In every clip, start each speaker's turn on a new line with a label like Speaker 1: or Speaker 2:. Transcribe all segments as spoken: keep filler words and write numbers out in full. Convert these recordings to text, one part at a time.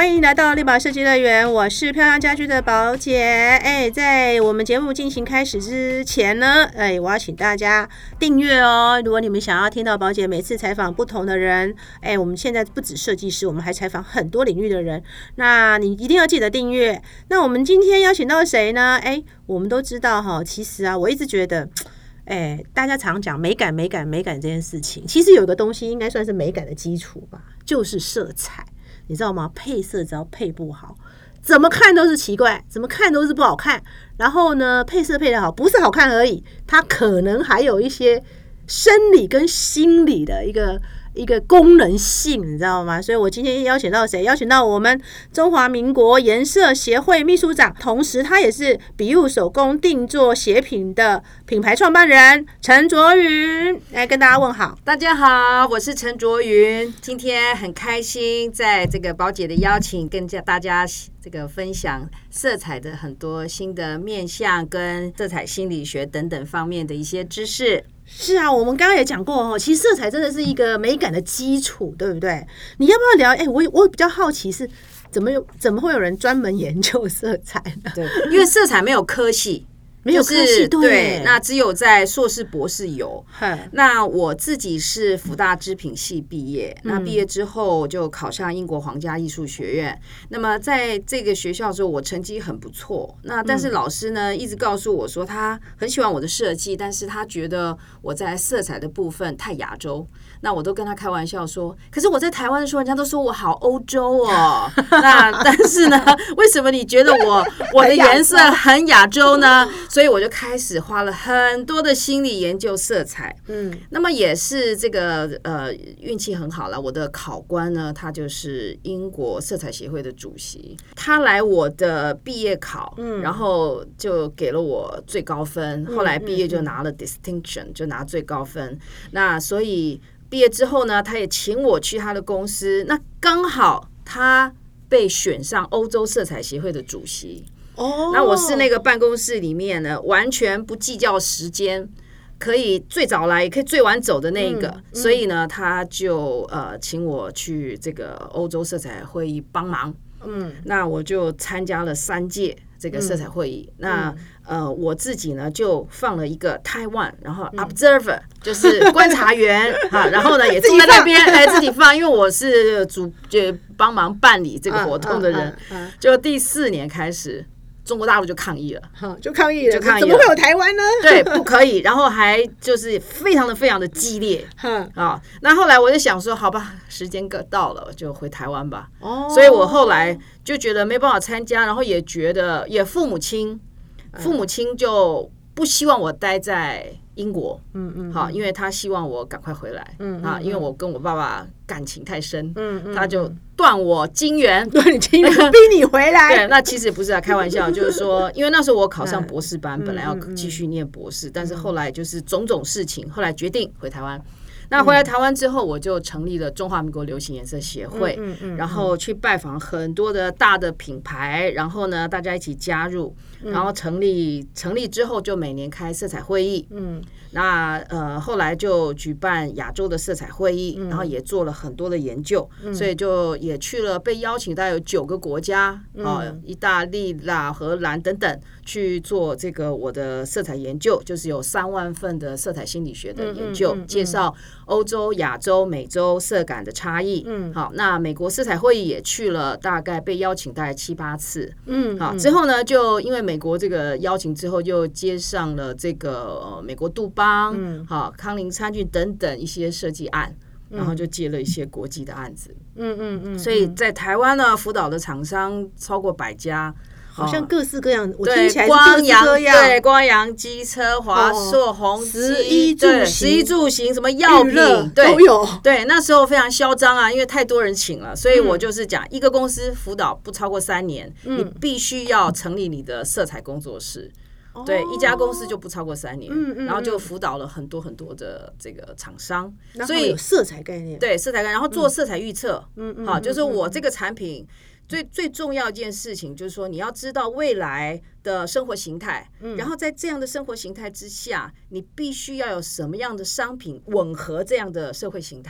Speaker 1: 欢迎来到丽宝设计乐园，我是漂亮家居的宝姐。哎，在我们节目进行开始之前呢，哎，我要请大家订阅哦。如果你们想要听到宝姐每次采访不同的人，哎，我们现在不止设计师，我们还采访很多领域的人，那你一定要记得订阅。那我们今天邀请到谁呢？哎，我们都知道哈，其实啊，我一直觉得。哎，大家常讲美感、美感、美感这件事情，其实有个东西应该算是美感的基础吧，就是色彩，你知道吗？配色只要配不好，怎么看都是奇怪，怎么看都是不好看。然后呢，配色配得好，不是好看而已，它可能还有一些生理跟心理的一个。一个功能性，你知道吗？所以我今天邀请到谁？邀请到我们中华民国颜色协会秘书长，同时他也是笔物手工定做鞋品的品牌创办人陈卓云，来跟大家问好。
Speaker 2: 大家好，我是陈卓云，今天很开心在这个宝姐的邀请，跟大家这个分享色彩的很多新的面向，跟色彩心理学等等方面的一些知识。
Speaker 1: 是啊，我们刚刚也讲过哦，其实色彩真的是一个美感的基础，对不对？你要不要聊？哎、欸，我我比较好奇是怎么有怎么会有人专门研究色彩呢？
Speaker 2: 对，因为色彩没有科系。
Speaker 1: 没有科系、就是、
Speaker 2: 对，那只有在硕士博士有。那我自己是辅大织品系毕业，嗯、那毕业之后就考上英国皇家艺术学院。那么在这个学校的时候，我成绩很不错。那但是老师呢，一直告诉我说他很喜欢我的设计，但是他觉得我在色彩的部分太亚洲。那我都跟他开玩笑说，可是我在台湾的时候，人家都说我好欧洲哦。那但是呢，为什么你觉得我我的颜色很亚洲呢？所以我就开始花了很多的心理研究色彩。嗯，那么也是这个呃运气很好了。我的考官呢，他就是英国色彩协会的主席，他来我的毕业考，嗯、然后就给了我最高分。后来毕业就拿了 distinction，、嗯、就拿最高分。那所以。毕业之后呢，他也请我去他的公司，那刚好他被选上欧洲色彩协会的主席。哦，那我是那个办公室里面呢，完全不计较时间，可以最早来也可以最晚走的那一个，嗯嗯、所以呢，他就呃请我去这个欧洲色彩会议帮忙。嗯，那我就参加了三届这个色彩会议。嗯、那呃，我自己呢就放了一个 Taiwan， 然后 observer、嗯、就是观察员哈，然后呢也坐在那边哎自己放，因为我是主就帮忙办理这个活动的人。嗯嗯嗯、就第四年开始。中国大陆就抗议了，
Speaker 1: 就抗议了，
Speaker 2: 就抗议了，
Speaker 1: 怎么会有台湾呢？
Speaker 2: 对，不可以，然后还就是非常的非常的激烈啊。那后来我就想说，好吧，时间到了，就回台湾吧。哦，所以我后来就觉得没办法参加，然后也觉得也父母亲，父母亲就不希望我待在英国，嗯嗯，好，因为他希望我赶快回来，嗯啊，因为我跟我爸爸感情太深，嗯，他就断我金源，
Speaker 1: 断你金源，逼你回来。
Speaker 2: 对，那其实也不是啊，开玩笑，就是说，因为那时候我考上博士班，本来要继续念博士，但是后来就是种种事情，后来决定回台湾。那回来台湾之后，我就成立了中华民国流行颜色协会，嗯嗯嗯、然后去拜访很多的大的品牌，然后呢，大家一起加入，然后成立成立之后就每年开色彩会议，嗯，那呃后来就举办亚洲的色彩会议，嗯、然后也做了很多的研究，嗯、所以就也去了被邀请大概有九个国家，嗯、哦，意大利啦、荷兰等等去做这个我的色彩研究，就是有三万份的色彩心理学的研究，嗯嗯嗯嗯、介绍。欧洲、亚洲、美洲色感的差异，嗯，好，那美国色彩会议也去了，大概被邀请大概七八次，嗯，好，之后呢，就因为美国这个邀请之后，又接上了这个、呃、美国杜邦，嗯，好，康宁餐具等等一些设计案，然后就接了一些国际的案子，嗯嗯嗯，所以在台湾呢，辅导的厂商超过百家。
Speaker 1: 好像各式各样，我听起来是各
Speaker 2: 式
Speaker 1: 各样。
Speaker 2: 对，光阳机车、华硕、宏基、
Speaker 1: 食衣住行、
Speaker 2: 食衣住行，什么药品
Speaker 1: 都有。
Speaker 2: 对，那时候非常嚣张啊，因为太多人请了，所以我就是讲，一个公司辅导不超过三年，嗯、你必须要成立你的色彩工作室。嗯、对，一家公司就不超过三年，嗯嗯、然后就辅导了很多很多的这个厂商，
Speaker 1: 所以有色彩概念，
Speaker 2: 对色彩概念，然后做色彩预测，嗯嗯，好，就是我这个产品。最最重要一件事情就是说，你要知道未来的生活形态，嗯、然后在这样的生活形态之下，你必须要有什么样的商品吻合这样的社会形态。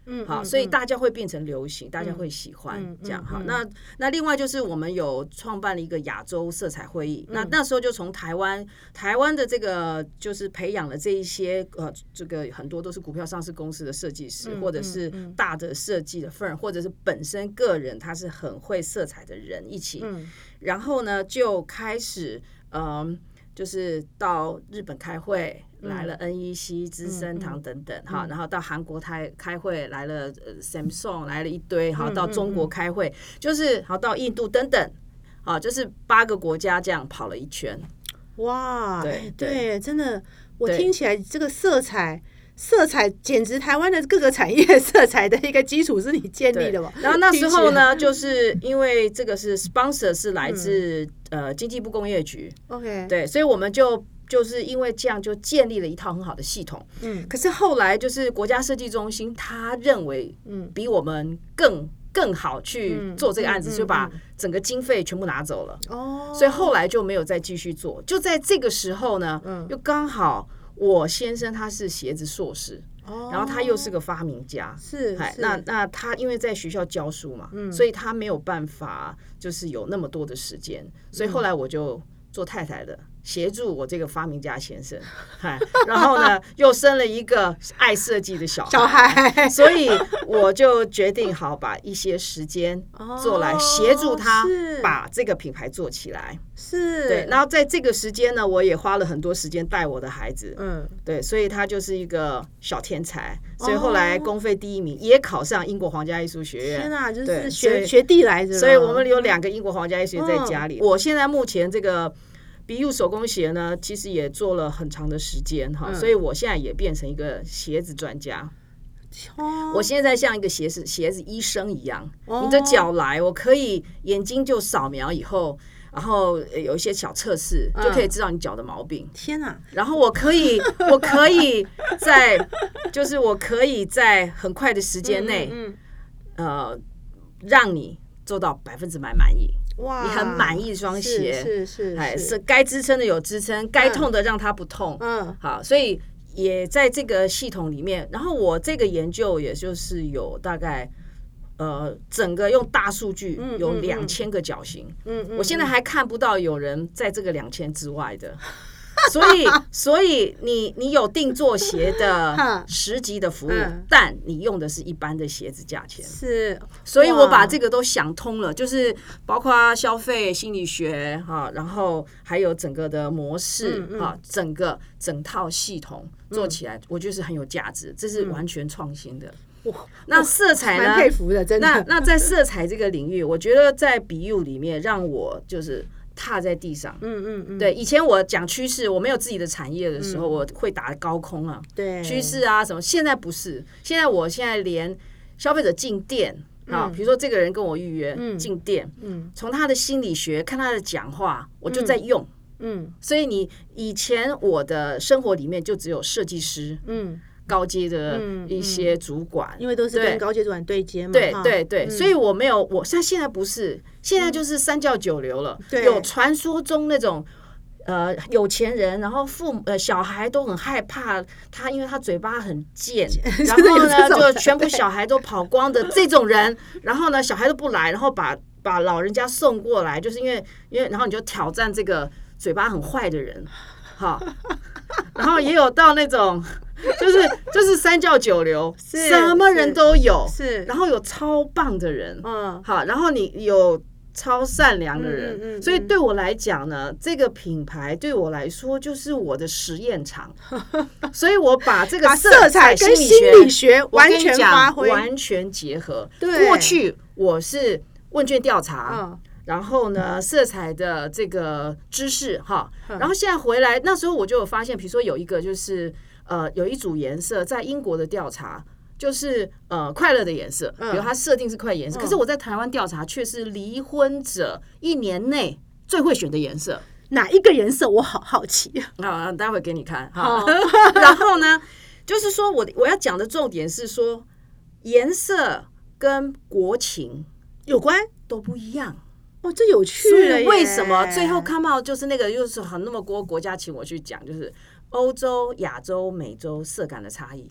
Speaker 2: 嗯，好，所以大家会变成流行，大家会喜欢这样。好，那那另外就是我们有创办了一个亚洲色彩会议，那那时候就从台湾台湾的这个就是培养了这一些呃，这个很多都是股票上市公司的设计师，或者是大的设计的 firm， 或者是本身个人他是很会色彩的人一起，然后呢就开始嗯。就是到日本开会来了 N E C 资生堂等等哈，然后到韩国开开会来了 Samsung 来了一堆，好到中国开会就是好到印度等等，好就是八个国家这样跑了一圈。
Speaker 1: 哇，对对，真的，我听起来这个色彩。色彩简直台湾的各个产业色彩的一个基础是你建立的嘛？
Speaker 2: 然后那时候呢，就是因为这个是 sponsor 是来自、嗯、呃经济部工业局
Speaker 1: ，OK，
Speaker 2: 对，所以我们就就是因为这样就建立了一套很好的系统。嗯，可是后来就是国家设计中心他认为比我们更更好去做这个案子，就把整个经费全部拿走了。哦，所以后来就没有再继续做。就在这个时候呢，又刚好。我先生他是鞋子硕士，哦、然后他又是个发明家，
Speaker 1: 是，是
Speaker 2: 那那他因为在学校教书嘛，嗯、所以他没有办法就是有那么多的时间，所以后来我就做太太的。协助我这个发明家先生，然后呢，又生了一个爱设计的小孩，
Speaker 1: 小孩
Speaker 2: 所以我就决定好把一些时间做来协助他把这个品牌做起来。
Speaker 1: 是，
Speaker 2: 对。然后在这个时间呢，我也花了很多时间带我的孩子，嗯，对，所以他就是一个小天才，所以后来公费第一名，也考上英国皇家艺术学院。
Speaker 1: 天哪，就是学学弟来着。
Speaker 2: 所以我们有两个英国皇家艺术学院在家里。我现在目前这个。B U 手工鞋呢，其实也做了很长的时间哈，嗯、所以我现在也变成一个鞋子专家。哦、我现在像一个鞋子鞋子医生一样，哦、你的脚来，我可以眼睛就扫描以后，然后有一些小测试，就可以知道你脚的毛病。
Speaker 1: 天哪！
Speaker 2: 然后我可以，我可以在，就是我可以在很快的时间内，嗯嗯呃，让你做到百分之百满意。哇，你很满意双鞋，
Speaker 1: 是是是，
Speaker 2: 是该支撑的有支撑，该痛的让它不痛。嗯，好，所以也在这个系统里面。然后我这个研究也就是有大概呃，整个用大数据有两千个脚型。嗯嗯，我现在还看不到有人在这个两千之外的。所以，所以你你有定做鞋的十级的服务，嗯、但你用的是一般的鞋子价钱。
Speaker 1: 是，
Speaker 2: 所以我把这个都想通了，就是包括消费心理学哈，然后还有整个的模式哈，嗯嗯、整个整套系统做起来，我觉得是很有价值，这是完全创新的。哇，那色彩呢？
Speaker 1: 蛮佩服的，真的。
Speaker 2: 那那在色彩这个领域，我觉得在比喻里面，让我就是踏在地上。嗯嗯嗯。对，以前我讲趋势，我没有自己的产业的时候，嗯、我会打高空啊。
Speaker 1: 对。
Speaker 2: 趋势啊什么？现在不是，现在我现在连消费者进店啊，比如说这个人跟我预约进店，嗯，从他的心理学看他的讲话，我就在用。嗯。所以你以前我的生活里面就只有设计师。嗯。高阶的一些主管，嗯嗯、
Speaker 1: 因为都是跟高阶主管对接嘛，
Speaker 2: 对对对，嗯、所以我没有，我像现在不是，现在就是三教九流了，嗯、有传说中那种呃有钱人，然后父母呃小孩都很害怕他，因为他嘴巴很贱，然后呢就全部小孩都跑光的这种人，然后呢小孩都不来，然后把把老人家送过来，就是因为因为然后你就挑战这个嘴巴很坏的人，好，然后也有到那种。就是就是三教九流，什么人都有，
Speaker 1: 是，
Speaker 2: 然后有超棒的人，嗯，好，然后你有超善良的人，嗯嗯嗯、所以对我来讲呢，这个品牌对我来说就是我的实验场，所以我把这个色彩
Speaker 1: 跟心理学完全发挥，
Speaker 2: 完全结合。对，过去我是问卷调查。嗯，然后呢，色彩的这个知识哈，然后现在回来，那时候我就有发现，比如说有一个就是呃，有一组颜色在英国的调查，就是呃快乐的颜色，比如它设定是快乐颜色，可是我在台湾调查却是离婚者一年内最会选的颜色，
Speaker 1: 哪一个颜色？我好好奇。
Speaker 2: 好，待会给你看哈。然后呢，就是说我我要讲的重点是说，颜色跟国情
Speaker 1: 有关
Speaker 2: 都不一样。
Speaker 1: 哦，这有趣了耶！
Speaker 2: 所以为什么最后 come out 就是那个，又是很那么多国家请我去讲，就是欧洲、亚洲、美洲色感的差异。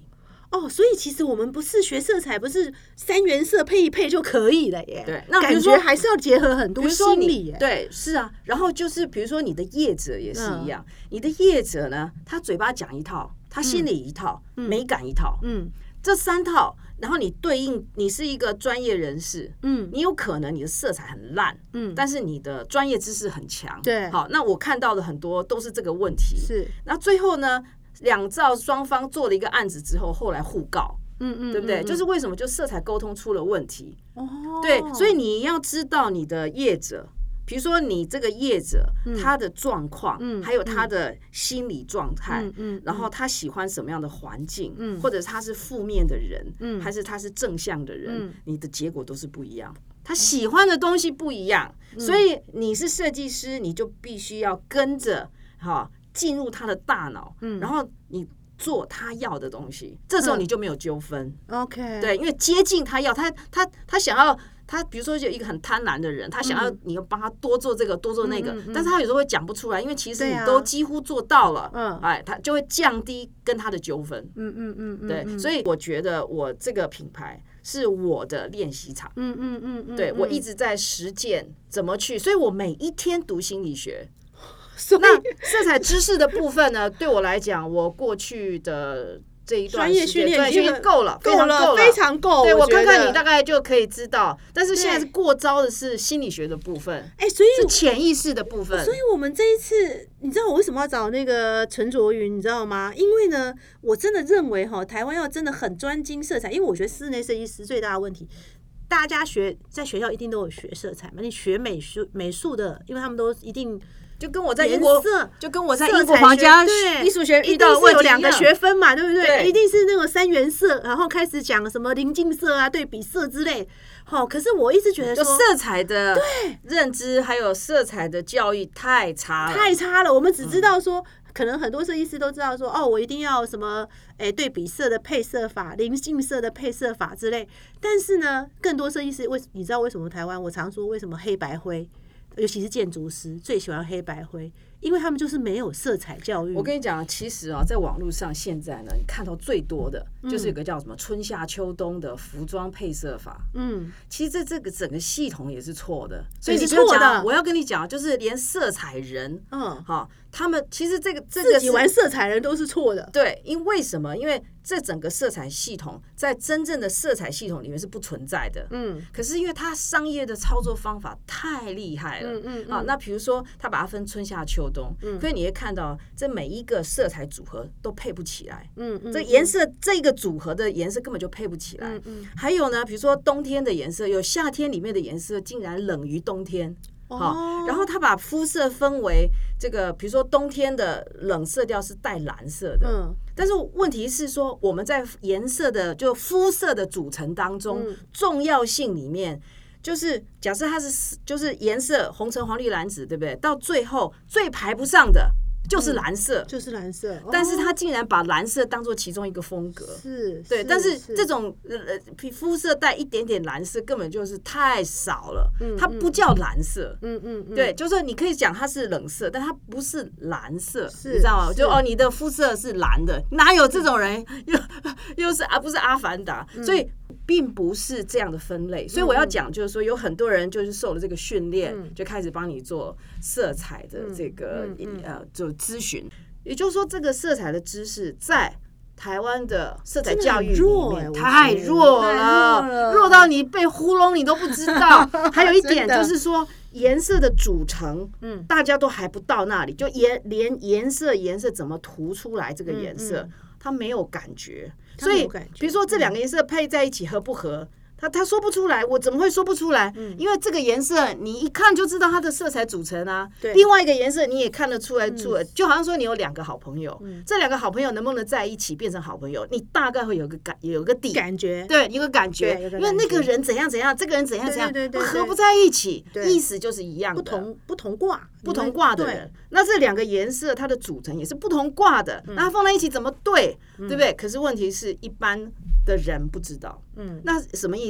Speaker 1: 哦，所以其实我们不是学色彩，不是三原色配一配就可以了耶。
Speaker 2: 对，那
Speaker 1: 感觉还是要结合很多心理耶。
Speaker 2: 对，是啊。然后就是比如说你的业者也是一样，嗯、你的业者呢，他嘴巴讲一套，他心里一套，嗯、美感一套，嗯，这三套，然后你对应，你是一个专业人士，嗯，你有可能你的色彩很烂，嗯，但是你的专业知识很强，
Speaker 1: 对，
Speaker 2: 好，那我看到的很多都是这个问题，
Speaker 1: 是。
Speaker 2: 那最后呢？两造双方做了一个案子之后，后来互告，嗯嗯，对不对？嗯嗯、就是为什么就色彩沟通出了问题？哦，对，所以你要知道你的业者，比如说你这个业者、嗯、他的状况，嗯，还有他的心理状态，嗯嗯，然后他喜欢什么样的环境，嗯，或者他是负面的人，嗯，还是他是正向的人，嗯，你的结果都是不一样。他喜欢的东西不一样，嗯、所以你是设计师，你就必须要跟着哈。进入他的大脑，嗯，然后你做他要的东西，这时候你就没有纠纷。
Speaker 1: OK，
Speaker 2: 对，因为接近他要，他他他想要，他比如说有一个很贪婪的人，他想要你要帮他多做这个，多做那个，嗯嗯、但是他有时候会讲不出来，因为其实你都几乎做到了，嗯、啊，哎，他就会降低跟他的纠纷。嗯嗯嗯嗯，对，所以我觉得我这个品牌是我的练习场。嗯嗯嗯嗯，对我一直在实践怎么去，所以我每一天读心理学。那色彩知识的部分呢？对我来讲，我过去的这一段
Speaker 1: 专业训练
Speaker 2: 已经够了，
Speaker 1: 够了，非常够。
Speaker 2: 对，我看看你大概就可以知道。但是现在是过招的是心理学的部分，
Speaker 1: 哎，所以
Speaker 2: 是潜意识的部分。
Speaker 1: 所以我们这一次，你知道我为什么要找那个陈卓云，你知道吗？因为呢，我真的认为哈，台湾要真的很专精色彩，因为我觉得室内设计师最大的问题。大家学在学校一定都有学色彩嘛？你学美术美术的，因为他们都一定
Speaker 2: 就跟我在英国，就跟我在英国皇家艺术学遇到的问题
Speaker 1: 有两个学分嘛，对不对？对，一定是那种三原色，然后开始讲什么临近色啊、对比色之类。好、哦，可是我一直觉得说，
Speaker 2: 就色彩的认知还有色彩的教育太差了，
Speaker 1: 太差了。我们只知道说。嗯可能很多设计师都知道说，哦，我一定要什么，哎，对比色的配色法、临近色的配色法之类。但是呢，更多设计师为你知道为什么台湾？我常说为什么黑白灰，尤其是建筑师最喜欢黑白灰，因为他们就是没有色彩教育。
Speaker 2: 我跟你讲，其实啊，在网络上现在呢，你看到最多的就是有个叫什么春夏秋冬的服装配色法。嗯，其实这这个整个系统也是错的，所以你错的。我要跟你讲，就是连色彩人，嗯，好。他们其实这个这个
Speaker 1: 自己玩色彩人都是错的，
Speaker 2: 对，因为什么？因为这整个色彩系统在真正的色彩系统里面是不存在的，嗯，可是因为它商业的操作方法太厉害了，嗯嗯，嗯啊，那比如说它把它分春夏秋冬，嗯，所以你会看到这每一个色彩组合都配不起来，嗯嗯，这颜色这个组合的颜色根本就配不起来，嗯嗯，还有呢，比如说冬天的颜色，有夏天里面的颜色竟然冷于冬天。好，然后他把肤色分为这个，比如说冬天的冷色调是带蓝色的，嗯，但是问题是说我们在颜色的就肤色的组成当中，嗯、重要性里面，就是假设它是就是颜色红橙黄绿蓝紫，对不对？到最后最排不上的。就是蓝色、嗯，
Speaker 1: 就是蓝色，哦、
Speaker 2: 但是他竟然把蓝色当做其中一个风格，
Speaker 1: 是，
Speaker 2: 对，是但是这种呃肤色带一点点蓝色，根本就是太少了，嗯、它不叫蓝色，嗯嗯，嗯对，就是你可以讲它是冷色，但它不是蓝色，你知道吗？就哦，你的肤色是蓝的，哪有这种人？又又是啊，不是阿凡达，嗯、所以。并不是这样的分类，所以我要讲就是说，有很多人就是受了这个训练，嗯、就开始帮你做色彩的这个、嗯嗯、呃，就咨询。也就是说，这个色彩的知识在台湾的色彩教育里面太弱了，弱到你被糊弄你都不知道。还有一点就是说，颜色的组成，嗯，大家都还不到那里，就颜连颜色颜色怎么涂出来这个颜色。嗯嗯他没有感觉，所以比如说这两个颜色配在一起合不合，他他说不出来，我怎么会说不出来？嗯、因为这个颜色你一看就知道它的色彩组成啊。另外一个颜色你也看得出来，出来、嗯、就好像说你有两个好朋友，嗯、这两个好朋友能不能在一起变成好朋友，你大概会有个感，有个底
Speaker 1: 感觉，
Speaker 2: 对，有个感觉，因为那个人怎样怎样，这个人怎样怎样，对对对对合不在一起，意思就是一样的，
Speaker 1: 不同不同卦，
Speaker 2: 不同卦的人，那这两个颜色它的组成也是不同卦的，那它放在一起怎么对，嗯、对不对？可是问题是一般的人不知道，嗯，那什么意思？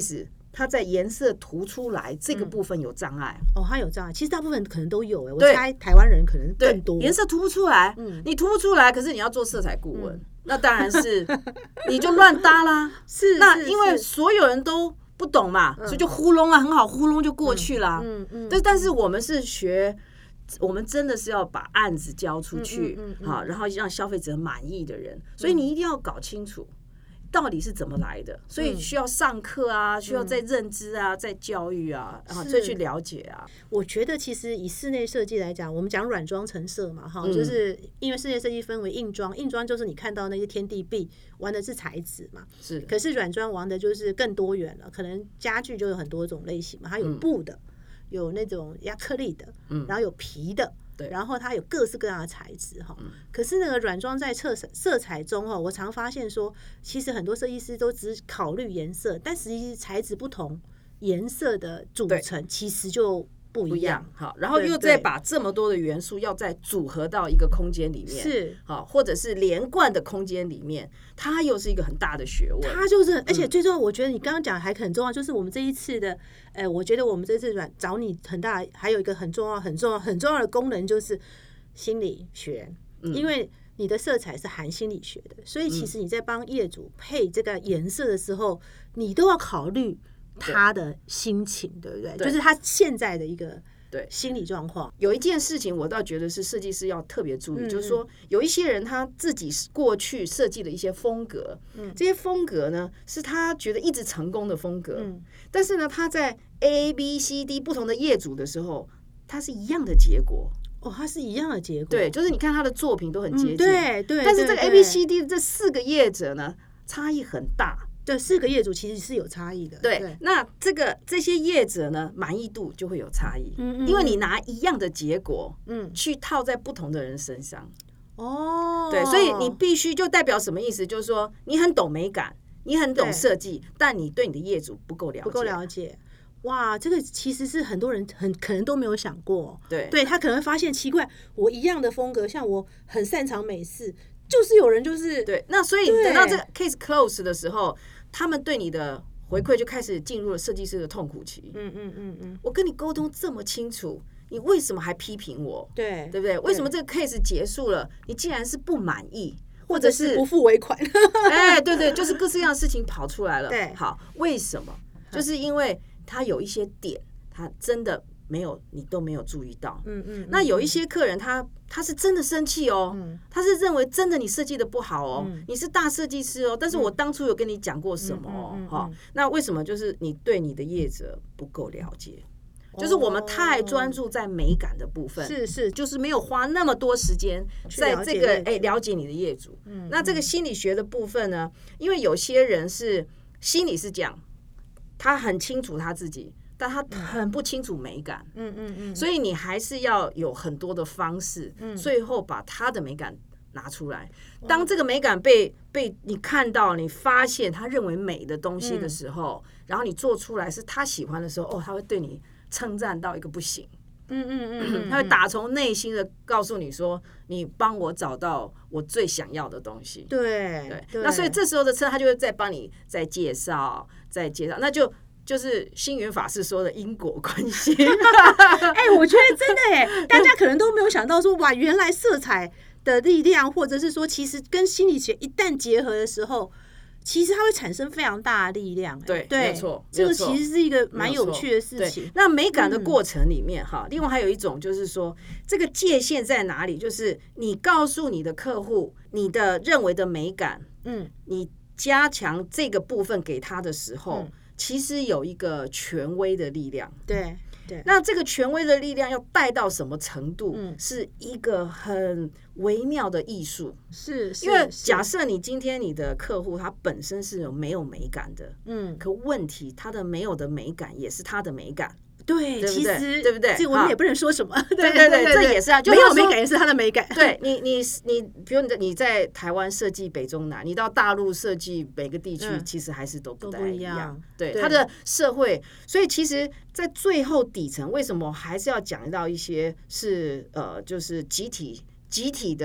Speaker 2: 它在颜色涂出来这个部分有障碍、
Speaker 1: 嗯、哦，它有障碍。其实大部分可能都有哎，我猜台湾人可能更多。
Speaker 2: 颜色涂不出来、嗯，你涂不出来，可是你要做色彩顾问、嗯，那当然是你就乱搭啦。
Speaker 1: 是，
Speaker 2: 那因为所有人都不懂嘛，
Speaker 1: 嗯、
Speaker 2: 所以就糊弄啊，很好糊弄就过去啦。
Speaker 1: 嗯嗯，
Speaker 2: 但、嗯、但是我们是学。我们真的是要把案子交出去，
Speaker 1: 嗯嗯嗯嗯、
Speaker 2: 好，然后让消费者满意的人，所以你一定要搞清楚到底是怎么来的，所以需要上课啊，嗯、需要再认知啊，再教育啊，然后再去了解啊。
Speaker 1: 我觉得其实以室内设计来讲，我们讲软装成色嘛，哈、嗯，就是因为室内设计分为硬装，硬装就是你看到那些天地壁玩的是材质嘛，
Speaker 2: 是，
Speaker 1: 可是软装玩的就是更多元了，可能家具就有很多种类型嘛，它有布的。嗯，有那种亚克力的，嗯，然后有皮的，对，然后它有各式各样的材质哈、嗯。可是那个软装在色色彩中哈，我常发现说，其实很多设计师都只考虑颜色，但实际材质不同，颜色的组成其实就不一样。
Speaker 2: 好，然后又再把这么多的元素要再组合到一个空间里面，
Speaker 1: 是
Speaker 2: 好，或者是连贯的空间里面，它又是一个很大的学问。
Speaker 1: 它就是，而且最重要，我觉得你刚刚讲还很重要，就是我们这一次的。呃，我觉得我们这次软找你很大，还有一个很重要、很重要、很重要的功能就是心理学，嗯、因为你的色彩是含心理学的，所以其实你在帮业主配这个颜色的时候，你都要考虑他的心情，对不对？对，就是他现在的一个对心理状况。
Speaker 2: 有一件事情，我倒觉得是设计师要特别注意，嗯、就是说有一些人他自己过去设计的一些风格，嗯、这些风格呢是他觉得一直成功的风格，嗯、但是呢他在 A、B、C、D 不同的业主的时候，它是一样的结果。
Speaker 1: 哦，它是一样的结果。
Speaker 2: 对，就是你看他的作品都很接近，嗯、
Speaker 1: 对对。
Speaker 2: 但是这个 A、B、C、D 这四个业者呢，差异很大。
Speaker 1: 对，四个业主其实是有差异的。
Speaker 2: 对，对，那这个这些业者呢，满意度就会有差异，嗯嗯，因为你拿一样的结果，嗯，去套在不同的人身上。哦，对，所以你必须就代表什么意思？就是说你很懂美感，你很懂设计，但你对你的业主不够了解，
Speaker 1: 不够了解。哇，这个其实是很多人很可能都没有想过。
Speaker 2: 对，
Speaker 1: 对他可能会发现奇怪，我一样的风格，像我很擅长美式。就是有人就是
Speaker 2: 对，那所以等到这个 case close 的时候，他们对你的回馈就开始进入了设计师的痛苦期。嗯嗯嗯嗯，我跟你沟通这么清楚，你为什么还批评我？
Speaker 1: 对，
Speaker 2: 对不对？为什么这个 case 结束了，你竟然是不满意，或者是
Speaker 1: 不付尾款？
Speaker 2: 哎，对对，就是各式各样的事情跑出来了。
Speaker 1: 对，
Speaker 2: 好，为什么？就是因为他有一些点，他真的没有，你都没有注意到。嗯嗯，那有一些客人他。他是真的生气哦、嗯，他是认为真的你设计的不好哦、嗯，你是大设计师哦，但是我当初有跟你讲过什么哦，嗯嗯嗯嗯、那为什么就是你对你的业者不够了解？哦、就是我们太专注在美感的部分，
Speaker 1: 是是，
Speaker 2: 就是没有花那么多时间在这个哎了解你的业主。嗯，那这个心理学的部分呢，因为有些人是心里是讲，他很清楚他自己。但他很不清楚美感，嗯嗯嗯，所以你还是要有很多的方式，嗯，最后把他的美感拿出来。当这个美感被被你看到，你发现他认为美的东西的时候，嗯、然后你做出来是他喜欢的时候，哦，他会对你称赞到一个不行，嗯嗯嗯，他会打从内心的告诉你说，你帮我找到我最想要的东西，
Speaker 1: 对
Speaker 2: 对, 对。那所以这时候的称，他就会再帮你再介绍，再介绍，那就。就是星云法师说的因果关系。
Speaker 1: 哎、欸，我觉得真的哎，大家可能都没有想到说，哇，原来色彩的力量，或者是说，其实跟心理学一旦结合的时候，其实它会产生非常大的力量。
Speaker 2: 对，
Speaker 1: 对，
Speaker 2: 没错，
Speaker 1: 这个其实是一个蛮有趣的事情。
Speaker 2: 那美感的过程里面哈、嗯，另外还有一种就是说，这个界限在哪里？就是你告诉你的客户，你的认为的美感，嗯，你加强这个部分给他的时候。嗯，其实有一个权威的力量，
Speaker 1: 对对。
Speaker 2: 那这个权威的力量要带到什么程度？嗯，是一个很微妙的艺术。
Speaker 1: 是，是
Speaker 2: 因为假设你今天你的客户他本身是有没有美感的，嗯，可问题他的没有的美感也是他的美感。
Speaker 1: 对，
Speaker 2: 对
Speaker 1: 其实
Speaker 2: 对不对？
Speaker 1: 这我们也不能说什么。
Speaker 2: 对对对，这也是啊，
Speaker 1: 没有美感也是他的美感。
Speaker 2: 对你，你你，比如你在台湾设计北中南，你到大陆设计每个地区，其实还是都不太一样。对他的社会，所以其实，在最后底层，为什么还是要讲到一些是呃，就是集体集体的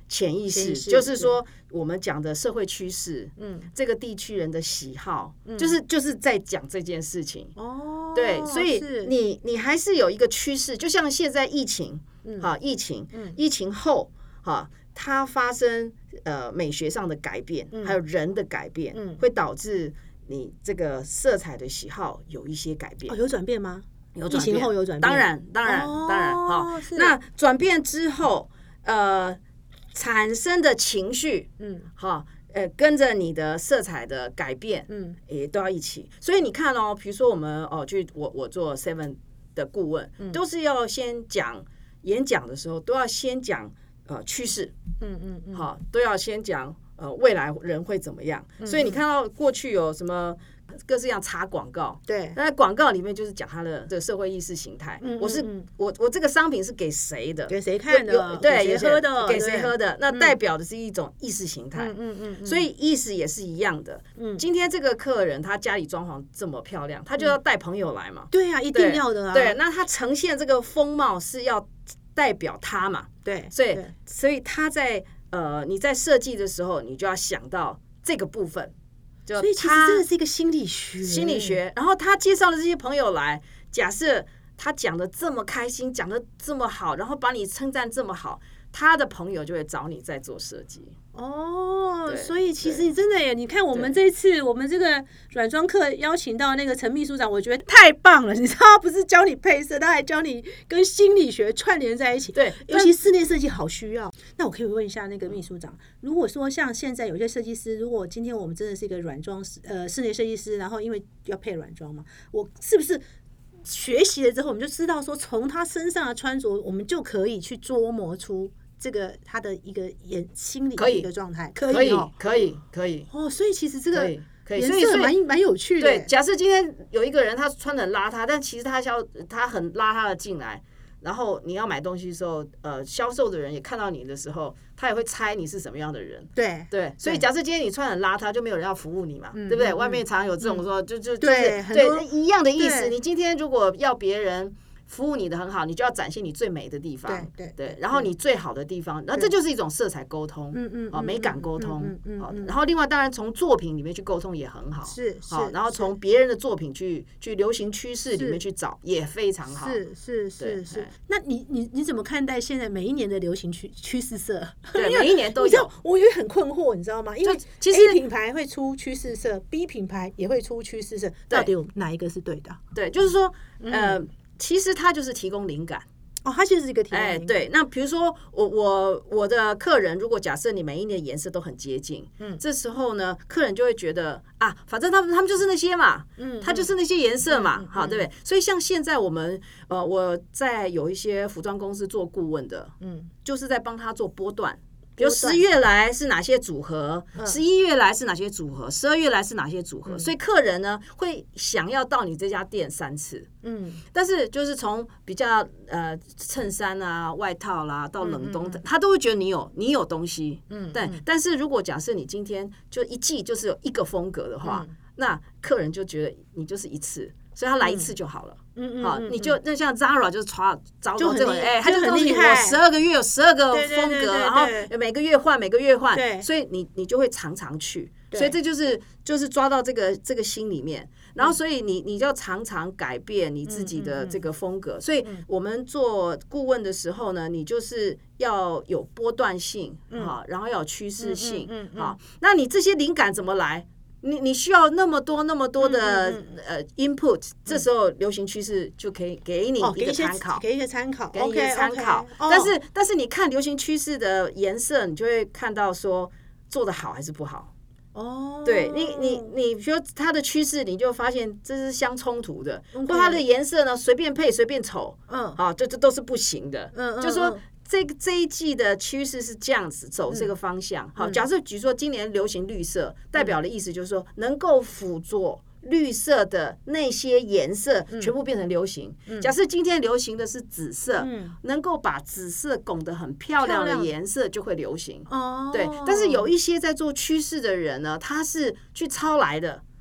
Speaker 2: 潜意识，就是说我们讲的社会趋势，嗯，这个地区人的喜好，嗯、就是就是在讲这件事情。哦，对，所以你你还是有一个趋势，就像现在疫情，嗯，好，疫情，嗯，疫情后，哈，它发生呃美学上的改变，嗯、还有人的改变，嗯，会导致你这个色彩的喜好有一些改变。
Speaker 1: 哦，有转变吗？
Speaker 2: 有转变，
Speaker 1: 疫情后有转变，
Speaker 2: 当然，当然，
Speaker 1: 哦、
Speaker 2: 当然，好，那转变之后，呃。产生的情绪，嗯，好，呃，跟着你的色彩的改变，嗯，也都要一起。所以你看哦，比如说我们哦，去我我做 Seven 的顾问，嗯、都是要先讲演讲的时候，都要先讲呃趋势，嗯嗯嗯，好，都要先讲呃未来人会怎么样。嗯、所以你看到过去有什么？各式各样插广告，
Speaker 1: 对，
Speaker 2: 那广告里面就是讲他的这个社会意识形态。嗯嗯嗯我是我我这个商品是给谁的？
Speaker 1: 给谁看的？
Speaker 2: 对，
Speaker 1: 给谁喝的？
Speaker 2: 给谁喝的？那代表的是一种意识形态。嗯嗯嗯。所以意识也是一样的。嗯。今天这个客人他家里装潢这么漂亮，他就要带朋友来嘛。
Speaker 1: 对啊，一定要的啊。
Speaker 2: 对，那他呈现这个风貌是要代表他嘛？
Speaker 1: 对。
Speaker 2: 所以所以他在呃你在设计的时候，你就要想到这个部分。
Speaker 1: 所以其实真的是一个心理学，
Speaker 2: 心理学。然后他介绍了这些朋友来，假设他讲的这么开心，讲的这么好，然后把你称赞这么好，他的朋友就会找你在做设计。
Speaker 1: 哦，所以其实你真的耶，你看我们这一次我们这个软装课邀请到那个陈秘书长，我觉得太棒了。你知道，他不是教你配色，他还教你跟心理学串联在一起。
Speaker 2: 对，
Speaker 1: 尤其室内设计好需要。那我可以问一下那个秘书长，如果说像现在有些设计师，如果今天我们真的是一个软装呃室内设计师，然后因为要配软装嘛，我是不是学习了之后，我们就知道说从他身上的穿着，我们就可以去琢磨出这个他的一个眼心理的一个状态，
Speaker 2: 可以，可以，可以
Speaker 1: 哦。所以其实这个颜色蛮蛮有趣的。
Speaker 2: 对，假设今天有一个人他穿得很邋遢，但其实他销他很邋遢的进来，然后你要买东西的时候，呃，销售的人也看到你的时候，他也会猜你是什么样的人。
Speaker 1: 对
Speaker 2: 对，所以假设今天你穿很邋遢，就没有人要服务你嘛，对不对？外面常有这种说，就就
Speaker 1: 对
Speaker 2: 对一样的意思。你今天如果要别人服务你的很好，你就要展现你最美的地方，
Speaker 1: 对
Speaker 2: 对, 对，然后你最好的地方，然后这就是一种色彩沟通，嗯嗯，哦，美感沟通，嗯嗯，然后另外当然从作品里面去沟通也很好，
Speaker 1: 是，
Speaker 2: 好，然后从别人的作品去去流行趋势里面去找也非常好，
Speaker 1: 是是是是。那你你你怎么看待现在每一年的流行趋趋势色？
Speaker 2: 对，每一年都有，
Speaker 1: 我也很困惑，你知道吗？因为其实 A 品牌会出趋势色 ，B 品牌也会出趋势色，到底有哪一个是对的？
Speaker 2: 对，就是说，呃。其实它就是提供灵感
Speaker 1: 哦，它就是一个提供灵感。
Speaker 2: 哎，对，那比如说我我我的客人，如果假设你每一年颜色都很接近，嗯，这时候呢，客人就会觉得啊，反正他们他们就是那些嘛，嗯，他就是那些颜色嘛，嗯、好，对不对？所以像现在我们呃，我在有一些服装公司做顾问的，嗯，就是在帮他做波段。比如十月来是哪些组合，十一月来是哪些组合，十二月来是哪些组合，所以客人呢会想要到你这家店三次。嗯，但是就是从比较呃衬衫啊、外套啦到冷冬，他都会觉得你有你有东西。嗯，对。但是如果假设你今天就一季就是有一个风格的话，那客人就觉得你就是一次。所以他来一次就好了，嗯嗯，好，你就那像 Zara 就是抓找到这种，哎，他就很厉害，十二个月有十二个风格，然后每个月换，每个月换，所以你你就会常常去，所以这就是就是抓到这个这个心里面，然后所以你你就常常改变你自己的这个风格，所以我们做顾问的时候呢，你就是要有波段性，好，然后要有趋势性，好，那你这些灵感怎么来？你你需要那么多那么多的、嗯嗯、呃 input，、嗯、这时候流行趋势就可以给你一个参考，
Speaker 1: 哦、给一个参考，
Speaker 2: 给一个参考。Okay, okay, 但是、哦、但是你看流行趋势的颜色，你就会看到说做得好还是不好。哦，对你你你，比如它的趋势，你就发现这是相冲突的， okay, 或它的颜色呢随便配随便丑，嗯，啊，这这都是不行的。嗯嗯，就说。这个这一季的趋势是这样子走这个方向，好，假设比如说今年流行绿色，代表的意思就是说能够辅佐绿色的那些颜色全部变成流行。假设今天流行的是紫色，能够把紫色拱得很漂亮的颜色就会流行。哦，对，但是有一些在做趋势的人呢，他是去抄来的。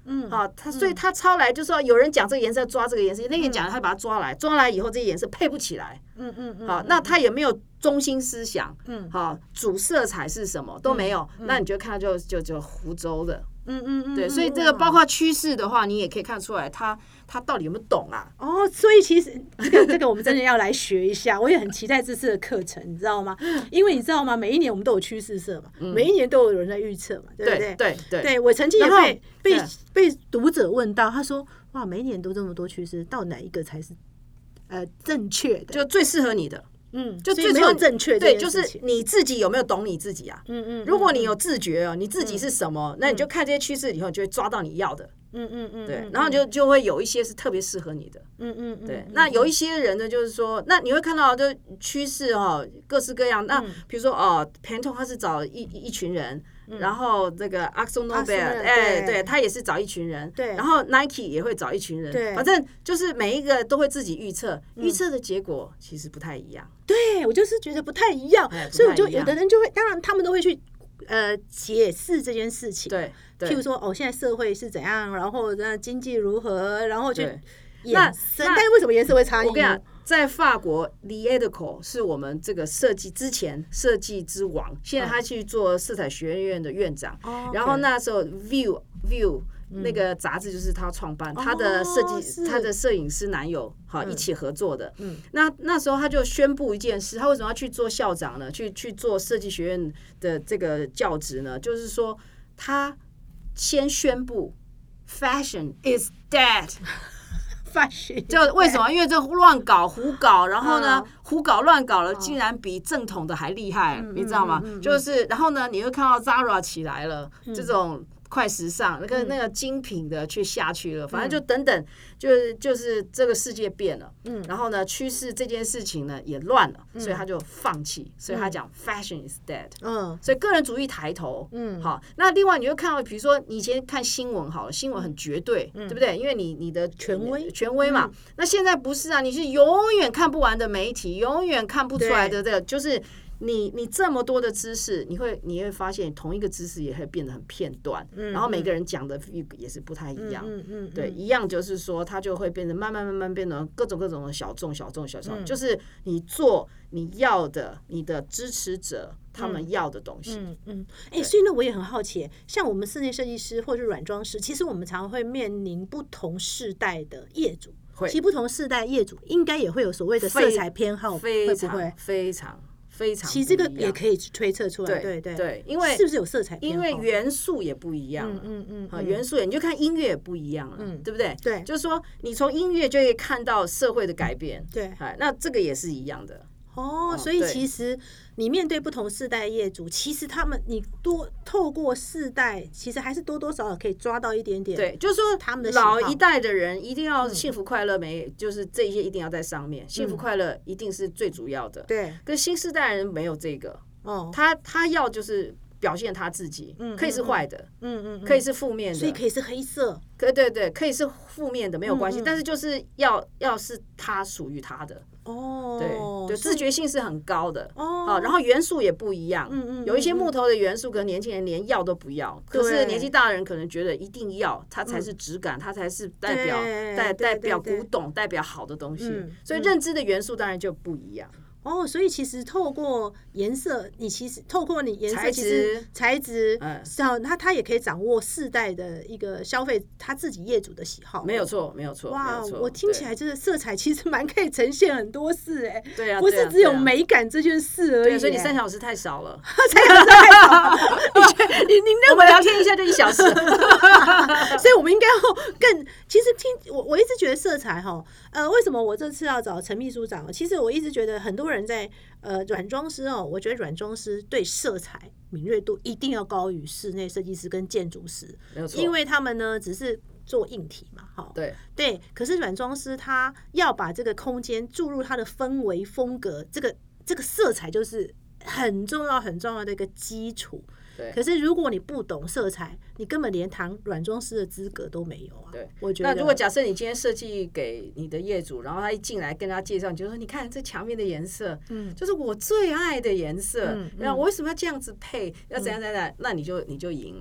Speaker 2: 嗯，好，他所以他抄来就说有人讲这个颜色抓这个颜色，那个人讲他把它抓来，抓来以后这些颜色配不起来，嗯嗯嗯，好，那他也没有中心思想，嗯，好，主色彩是什么都没有，那你就看他就就就胡诌的。嗯嗯嗯，对，所以这个包括趋势的话，你也可以看出来他他到底有没有懂啊？
Speaker 1: 哦，所以其实这个这个我们真的要来学一下，我也很期待这次的课程，你知道吗？因为你知道吗？每一年我们都有趋势社嘛，嗯、每一年都有人在预测嘛，对不对？
Speaker 2: 对对
Speaker 1: 对，我曾经也被被被读者问到，他说：“哇，每一年都这么多趋势，到哪一个才是呃正确的？
Speaker 2: 就最适合你的？”
Speaker 1: 嗯，就最没有正确
Speaker 2: 对，就是你自己有没有懂你自己啊？嗯嗯，如果你有自觉哦，你自己是什么，那你就看这些趋势以后，你就会抓到你要的。嗯嗯嗯，对，然后就就会有一些是特别适合你的。嗯嗯嗯，对。那有一些人呢，就是说，那你会看到就趋势哦，各式各样。那比如说哦，Pantone 他是找一一群人。然后这个 Akzo Nobel， 哎，对他也是找一群人，对，然后 Nike 也会找一群人，对，反正就是每一个都会自己预测，预测的结果其实不太一样。
Speaker 1: 对，我就是觉得不太一样，所以我就有的人就会，当然他们都会去呃解释这件事情，
Speaker 2: 对，
Speaker 1: 譬如说哦，现在社会是怎样，然后那经济如何，然后去延伸，但是为什么颜色会差异？
Speaker 2: 我跟你讲，在法国 ，Lee Iredell 是我们这个设计之前设计之王，现在他去做色彩学院的院长。哦、然后那时候 View View、嗯、那个杂志就是他创办，哦、他的设计，他的摄影师男友好、嗯、一起合作的。嗯，那那时候他就宣布一件事，他为什么要去做校长呢？去去做设计学院的这个教职呢？就是说他先宣布 ，Fashion is dead。就为什么？因为这乱搞、胡搞，然后呢，胡搞乱搞了，竟然比正统的还厉害，你知道吗？就是然后呢，你会看到 Zara 起来了，这种快时尚，那个那个精品的去下去了，反正就等等，就是就是这个世界变了，嗯，然后呢，趋势这件事情呢也乱了，所以他就放弃，所以他讲 fashion is dead， 嗯，所以个人主义抬头，嗯，好，那另外你会看到，比如说你以前看新闻好了，新闻很绝对，对不对？因为你你的
Speaker 1: 权威
Speaker 2: 权威嘛，那现在不是啊，你是永远看不完的媒体，永远看不出来的这个就是。你你这么多的知识，你会你会发现同一个知识也会变得很片段，嗯、然后每个人讲的也是不太一样，嗯嗯嗯、对，一样就是说它就会变得慢慢慢慢变成各种各种的小众小众小众，嗯、就是你做你要的，你的支持者他们要的东西，嗯
Speaker 1: 嗯，哎、嗯，所以呢，我也很好奇，像我们室内设计师或者软装师，其实我们常常会面临不同世代的业主，其实不同世代业主应该也会有所谓的色彩偏好，
Speaker 2: 会
Speaker 1: 不会？
Speaker 2: 非常。非常
Speaker 1: 其实这个也可以推测出来，对对
Speaker 2: 对，因为
Speaker 1: 是不是有色彩偏好？
Speaker 2: 因为元素也不一样了，嗯嗯嗯，元素也你就看音乐也不一样了，嗯，对不对？
Speaker 1: 对，
Speaker 2: 就是说你从音乐就可以看到社会的改变，
Speaker 1: 对，
Speaker 2: 那这个也是一样的。
Speaker 1: 哦，所以其实你面对不同世代业主，其实他们你多透过世代，其实还是多多少少可以抓到一点点。
Speaker 2: 对，就是说他们的老一代的人一定要幸福快乐，没、嗯、就是这些一定要在上面，幸福快乐一定是最主要的。
Speaker 1: 对，
Speaker 2: 可是新世代人没有这个，哦，他他要就是表现他自己，嗯，可以是坏的，嗯 嗯, 嗯，可以是负面的，
Speaker 1: 所以可以是黑色，
Speaker 2: 对对对，可以是负面的没有关系，嗯嗯，但是就是要要是他属于他的。哦，对对，自觉性是很高的哦，然后元素也不一样，嗯嗯，有一些木头的元素，可能年轻人连要都不要，可是年纪大的人可能觉得一定要，它才是质感，它才是代表代代表古董，代表好的东西，所以认知的元素当然就不一样。
Speaker 1: 哦，所以其实透过颜色，你其实透过你颜色，其实材质，嗯，它它也可以掌握世代的一个消费，他自己业主的喜好。
Speaker 2: 没有错，没有错。
Speaker 1: 哇，我听起来这个色彩其实蛮可以呈现很多事哎。
Speaker 2: 对啊，
Speaker 1: 不是只有美感这件事而已。
Speaker 2: 所以你三小时太少了，
Speaker 1: 三小时太少。你你你
Speaker 2: 我们聊天一下就一小时，
Speaker 1: 所以我们应该要更。其实听我我一直觉得色彩哈，呃，为什么我这次要找陈秘书长？其实我一直觉得很多人。在呃软装师哦，我觉得软装师对色彩敏锐度一定要高于室内设计师跟建筑师，
Speaker 2: 没有错，
Speaker 1: 因为他们呢只是做硬体嘛，哈，
Speaker 2: 对
Speaker 1: 对。可是软装师他要把这个空间注入它的氛围风格，这个这个色彩就是很重要很重要的一个基础。可是如果你不懂色彩，你根本连谈软装师的资格都没有啊。
Speaker 2: 对，
Speaker 1: 我觉得。
Speaker 2: 那如果假设你今天设计给你的业主，然后他一进来跟他介绍，你就说：“你看这墙面的颜色，嗯，就是我最爱的颜色。嗯，然后我为什么要这样子配？要怎样怎样？那你就你就赢了。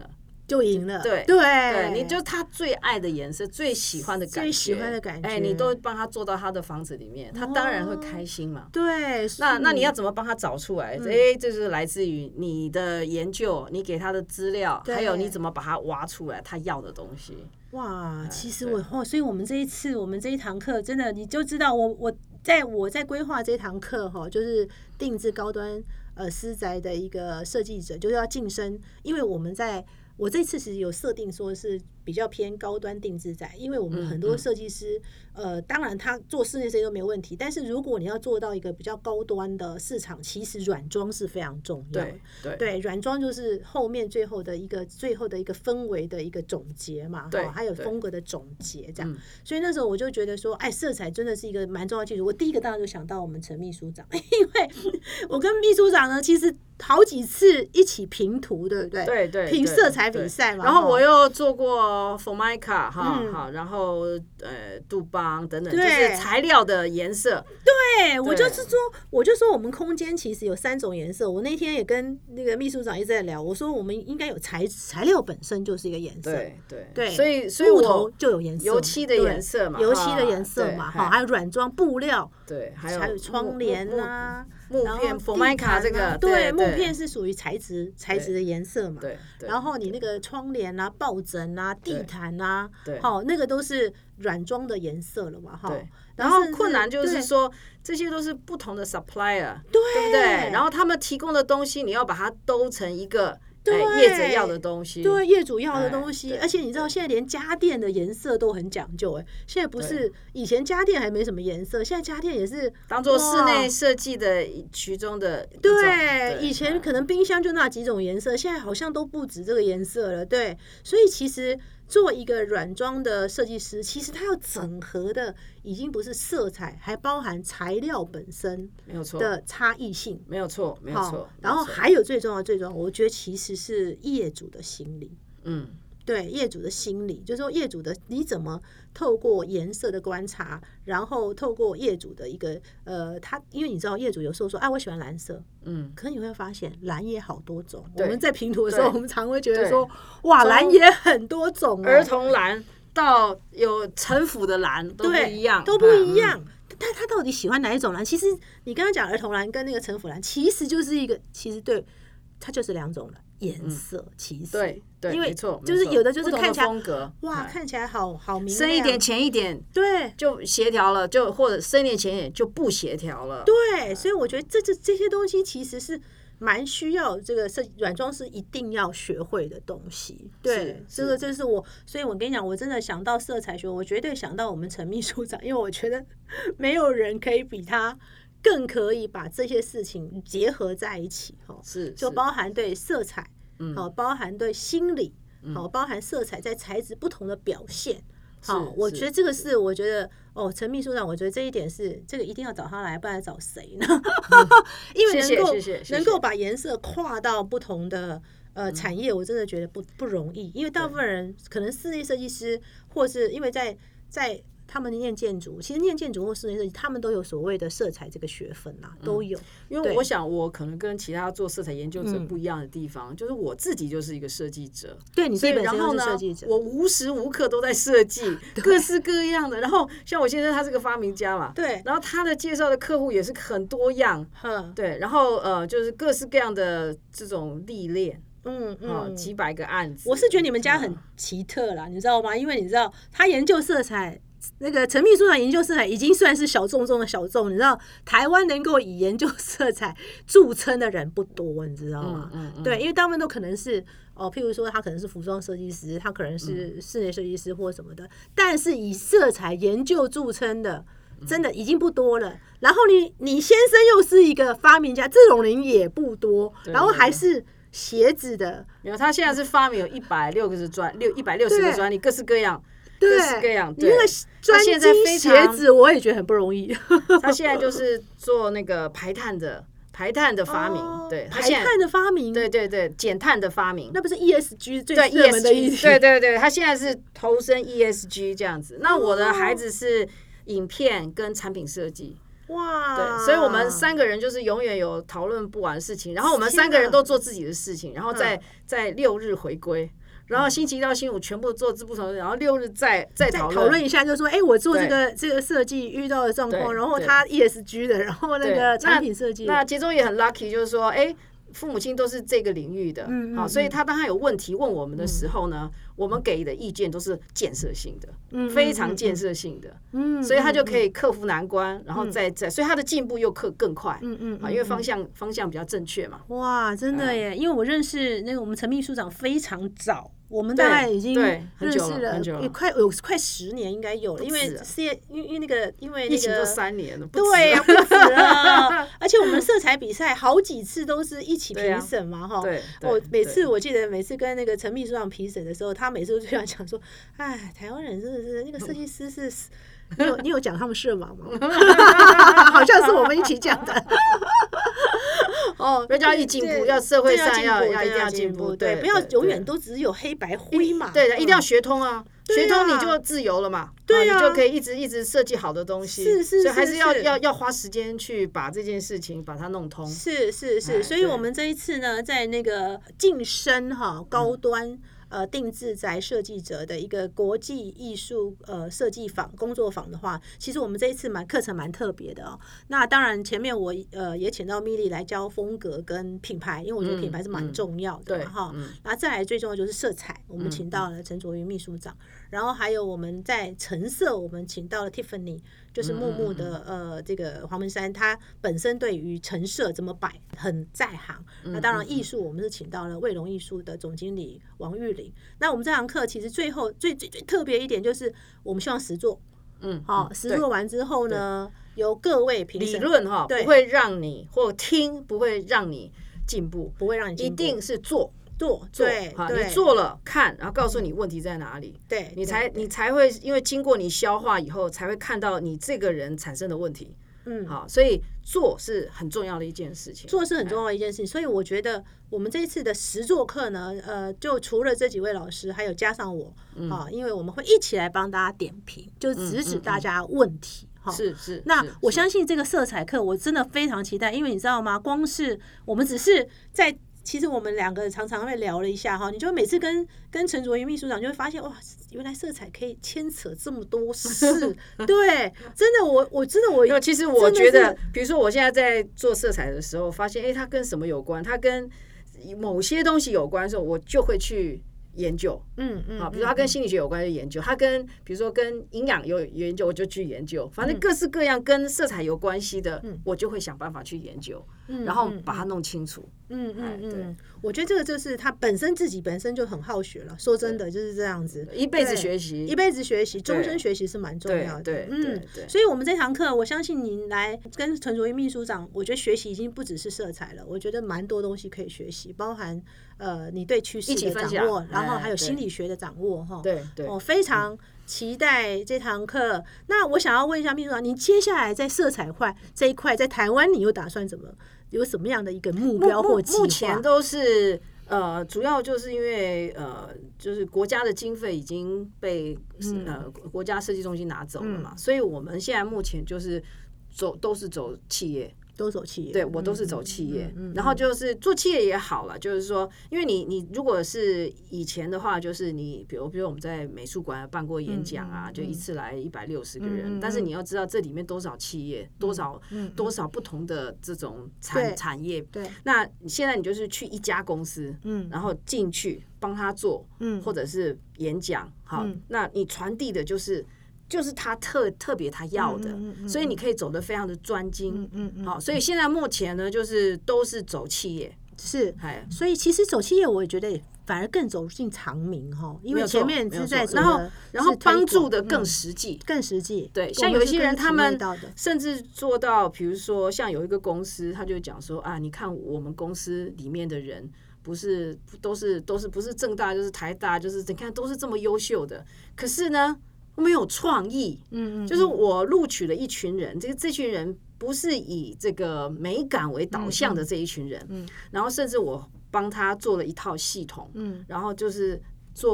Speaker 1: 就赢了。
Speaker 2: 对
Speaker 1: 对
Speaker 2: 对，你就他最爱的颜色，最喜欢的感觉，
Speaker 1: 最喜欢的感觉，
Speaker 2: 哎，你都帮他做到他的房子里面，他当然会开心嘛。
Speaker 1: 哦、对，
Speaker 2: 那那你要怎么帮他找出来？哎、嗯，这就是来自于你的研究，你给他的资料，还有你怎么把它挖出来他要的东西。
Speaker 1: 哇，其实我哦，所以我们这一次，我们这一堂课，真的你就知道我，我我在我在规划这堂课哈，就是定制高端呃私宅的一个设计者，就是要晋升，因为我们在我这次其实有设定说是比较偏高端定制宅，因为我们很多设计师，嗯嗯、呃，当然他做室内设计都没有问题，但是如果你要做到一个比较高端的市场，其实软装是非常重要的。
Speaker 2: 对
Speaker 1: 对，软装就是后面最后的一个最后的一个氛围的一个总结嘛，
Speaker 2: 对，
Speaker 1: 还有风格的总结这样。嗯、所以那时候我就觉得说，哎，色彩真的是一个蛮重要的技术。我第一个当然就想到我们陈秘书长，因为我跟秘书长呢，其实好几次一起评图，对不对？
Speaker 2: 对对，
Speaker 1: 评色彩比赛嘛。
Speaker 2: 然后我又做过 Formica 哈、嗯，好，然后呃杜邦等等，就是材料的颜色。
Speaker 1: 对，我就是说，我就说我们空间其实有三种颜色。我那天也跟那个秘书长一直在聊，我说我们应该有材材料本身就是一个颜色，
Speaker 2: 对对
Speaker 1: 对，
Speaker 2: 所以所以我
Speaker 1: 木头就有颜色，
Speaker 2: 油漆的颜色嘛，
Speaker 1: 油漆的颜色嘛，好，还有软装布料，
Speaker 2: 对，
Speaker 1: 还有窗帘啊。
Speaker 2: 木片 Formica 这个
Speaker 1: 对木片是属于材质材质的颜色嘛，
Speaker 2: 对，
Speaker 1: 然后你那个窗帘啊、抱枕啊、地毯啊，好，那个都是软装的颜色了嘛，哈。
Speaker 2: 然后困难就是说，这些都是不同的 supplier， 对不对？然后他们提供的东西，你要把它兜成一个。对，业者要的东西，
Speaker 1: 对业主要的东西，而且你知道现在连家电的颜色都很讲究哎，现在不是以前家电还没什么颜色，现在家电也是
Speaker 2: 当做室内设计的其中的一种。
Speaker 1: 对，以前可能冰箱就那几种颜色，现在好像都不止这个颜色了。对，所以其实做一个软装的设计师，其实他要整合的已经不是色彩，还包含材料本身的差异性，
Speaker 2: 没有错，没有错。
Speaker 1: 然后还有最重要、最重要，我觉得其实是业主的心理。嗯，对，业主的心理，就是说业主的你怎么透过颜色的观察，然后透过业主的一个呃，他因为你知道业主有时候说，哎，我喜欢蓝色，嗯，可你会发现蓝也好多种。我们在评图的时候，我们常会觉得说，哇，蓝也很多种、哦，
Speaker 2: 儿童蓝到有城府的蓝都不一样，
Speaker 1: 都不一样。嗯他他到底喜欢哪一种蓝？其实你刚刚讲儿童蓝跟那个城府蓝，其实就是一个，其实对，它就是两种蓝颜色。嗯、其实
Speaker 2: 对对，
Speaker 1: 因为
Speaker 2: 没错，
Speaker 1: 就是有的就是看起来
Speaker 2: 风格，
Speaker 1: 哇，看起来好好明亮，
Speaker 2: 深一点浅一点，
Speaker 1: 对，
Speaker 2: 就协调了，就或者深一点浅一点就不协调了。
Speaker 1: 对，所以我觉得这这这些东西其实是。蛮需要这个设软装是一定要学会的东西，对，这个这是我，所以我跟你讲，我真的想到色彩学，我绝对想到我们陈秘书长，因为我觉得没有人可以比他更可以把这些事情结合在一起，哈，
Speaker 2: 是，
Speaker 1: 就包含对色彩，好、嗯，包含对心理，好、嗯，包含色彩在材质不同的表现。好，我觉得这个是，我觉得哦，陈秘书长，我觉得这一点是，这个一定要找他来，不然找谁呢？因为能够能够把颜色跨到不同的呃产业，我真的觉得不不容易，因为大部分人可能室内设计师，或是因为在在。他们念建筑，其实念建筑或室内设计，他们都有所谓的色彩这个学分啦、啊，都有。
Speaker 2: 因为我想，我可能跟其他做色彩研究者不一样的地方，嗯、就是我自己就是一个设计者。
Speaker 1: 对，你自己本身就是设计者。
Speaker 2: 我无时无刻都在设计各式各样的。然后像我先生，他是个发明家嘛，
Speaker 1: 对。
Speaker 2: 然后他的介绍的客户也是很多样，对。然后呃，就是各式各样的这种历练。嗯嗯、哦，几百个案子。
Speaker 1: 我是觉得你们家很奇特啦，你知道吗？因为你知道他研究色彩。那个陈秘书长研究色彩已经算是小众中的小众，你知道台湾能够以研究色彩著称的人不多，你知道吗？嗯嗯嗯、对，因为大部分都可能是哦，譬如说他可能是服装设计师，他可能是室内设计师或什么的，但是以色彩研究著称的，真的已经不多了。然后你你先生又是一个发明家，这种人也不多，然后还是鞋子的，
Speaker 2: 没有，他现在是发明有一百六十专六一百六十个专利，各式各样。
Speaker 1: 对，
Speaker 2: 各式各样。
Speaker 1: 你那个专精鞋子，我也觉得很不容易。
Speaker 2: 他现在就是做那个排碳的排碳的发明，哦、对，
Speaker 1: 排碳的发明，
Speaker 2: 对对对，减碳的发明，
Speaker 1: 那不是 E S G 最热门的议题？
Speaker 2: 对对对，他现在是投身 E S G 这样子。那我的孩子是影片跟产品设计。
Speaker 1: 哇，
Speaker 2: 对，所以我们三个人就是永远有讨论不完的事情，然后我们三个人都做自己的事情，然后在在六日回归。 然后星期一到星期五全部做不同的，然后六日再再讨论
Speaker 1: 讨论一下，就是说，哎，我做这个这个设计遇到的状况，然后他 E S G 的，然后那个产品设计，
Speaker 2: 那其中也很 lucky， 就是说，哎。父母亲都是这个领域的，嗯嗯、好，所以他当他有问题问我们的时候呢，嗯、我们给的意见都是建设性的，嗯、非常建设性的，嗯，所以他就可以克服难关，然后再再，所以他的进步又更更快，嗯嗯，啊，因为方向方向比较正确嘛。
Speaker 1: 哇，真的耶！因为我认识那个我们陈秘书长非常早。我们大概已经认识了，也快有快十年应该有了，因为事业，因为因为那个，因为那个
Speaker 2: 疫情都三年了，
Speaker 1: 对呀，不止了。而且我们色彩比赛好几次都是一起评审嘛，哈。
Speaker 2: 对，
Speaker 1: 我每次我记得每次跟那个陈秘书长评审的时候，他每次都这样讲说：“哎，台湾人真的是那个设计师是。”你有你有讲他们色盲吗？好像是我们一起讲的。
Speaker 2: 哦，人家一进步，要社会上要要一定要进步，对，
Speaker 1: 不要永远都只有黑白灰嘛。
Speaker 2: 对的，一定要学通啊，学通你就自由了嘛。对啊，你就可以一直一直设计好的东西。
Speaker 1: 是是，
Speaker 2: 所以还是要要要花时间去把这件事情把它弄通。
Speaker 1: 是是是，所以我们这一次呢，在那个晋升哈高端。呃，定制宅设计者的一个国际艺术呃设计坊工作坊的话，其实我们这一次蛮课程蛮特别的哦。那当然前面我呃也请到米莉来教风格跟品牌，因为我觉得品牌是蛮重要的嘛哈。然后再来最重要就是色彩，我们请到了陈卓云秘书长，然后还有我们在成色，我们请到了 Tiffany。就是木木的呃，这个黄门山，他本身对于陈设怎么摆很在行。那当然艺术，我们是请到了卫龙艺术的总经理王玉玲。那我们这堂课其实最后最最最特别一点就是，我们希望实作。嗯，好，实作完之后呢，由各位评审
Speaker 2: 理论哈，不会让你或听不会让你进步，
Speaker 1: 不会让你进步，
Speaker 2: 一定是做。
Speaker 1: 做对，
Speaker 2: 你做了看，然后告诉你问题在哪里，
Speaker 1: 对，
Speaker 2: 你才你才会因为经过你消化以后，才会看到你这个人产生的问题。嗯，好，所以做是很重要的一件事情，
Speaker 1: 做是很重要的一件事情。所以我觉得我们这一次的实作课呢，呃，就除了这几位老师，还有加上我啊，因为我们会一起来帮大家点评，就指指大家问题。
Speaker 2: 是是，
Speaker 1: 那我相信这个色彩课我真的非常期待，因为你知道吗？光是我们只是在。其实我们两个常常会聊了一下哈，你就每次跟跟陈卓云秘书长就会发现哇，原来色彩可以牵扯这么多事，对，真的我我真的我，
Speaker 2: 其实我觉得，比如说我现在在做色彩的时候，发现哎，它跟什么有关？它跟某些东西有关的时候，我就会去研究，嗯嗯，好，比如说它跟心理学有关就研究，它跟比如说跟营养有研究，我就去研究，反正各式各样跟色彩有关系的，我就会想办法去研究，然后把它弄清楚。
Speaker 1: 嗯嗯嗯，我觉得这个就是他本身自己本身就很好学了。说真的，就是这样子，
Speaker 2: 一辈子学习，
Speaker 1: 一辈子学习，终身学习是蛮重要的。
Speaker 2: 对，嗯，
Speaker 1: 所以我们这堂课，我相信您来跟陈卓云秘书长，我觉得学习已经不只是色彩了，我觉得蛮多东西可以学习，包含呃你对趋势的掌握，然后还有心理学的掌握哈。
Speaker 2: 对对，
Speaker 1: 我非常期待这堂课。那我想要问一下秘书长，您接下来在色彩块这一块，在台湾你又打算怎么？有什么样的一个目标或计划？
Speaker 2: 目前都是呃，主要就是因为呃，就是国家的经费已经被、嗯、呃国家设计中心拿走了嘛，嗯、所以我们现在目前就是走都是走企业。
Speaker 1: 都走企业，
Speaker 2: 对我都是走企业，嗯嗯嗯、然后就是做企业也好了，就是说，因为你你如果是以前的话，就是你比如比如我们在美术馆办过演讲啊，嗯嗯、就一次来一百六十个人，嗯嗯、但是你要知道这里面多少企业，多少、嗯、多少不同的这种产产业，
Speaker 1: 对，
Speaker 2: 那现在你就是去一家公司，嗯，然后进去帮他做，嗯，或者是演讲，好，嗯、那你传递的就是。就是他特特别他要的，嗯嗯嗯、所以你可以走得非常的专精，嗯嗯嗯、好，所以现在目前呢，就是都是走企业，
Speaker 1: 是，所以其实走企业，我也觉得反而更走进长明哈，因为前面是在
Speaker 2: 然后然后帮助的更实际，
Speaker 1: 更实际，
Speaker 2: 对，像有一些人他们甚至做到，比如说像有一个公司，他就讲说啊，你看我们公司里面的人。不是都是都是不是政大就是台大，就是你看都是这么优秀的，可是呢没有创意，嗯嗯，就是我录取了一群人，这个这群人不是以这个美感为导向的这一群人，嗯，然后甚至我帮他做了一套系统，嗯，然后就是做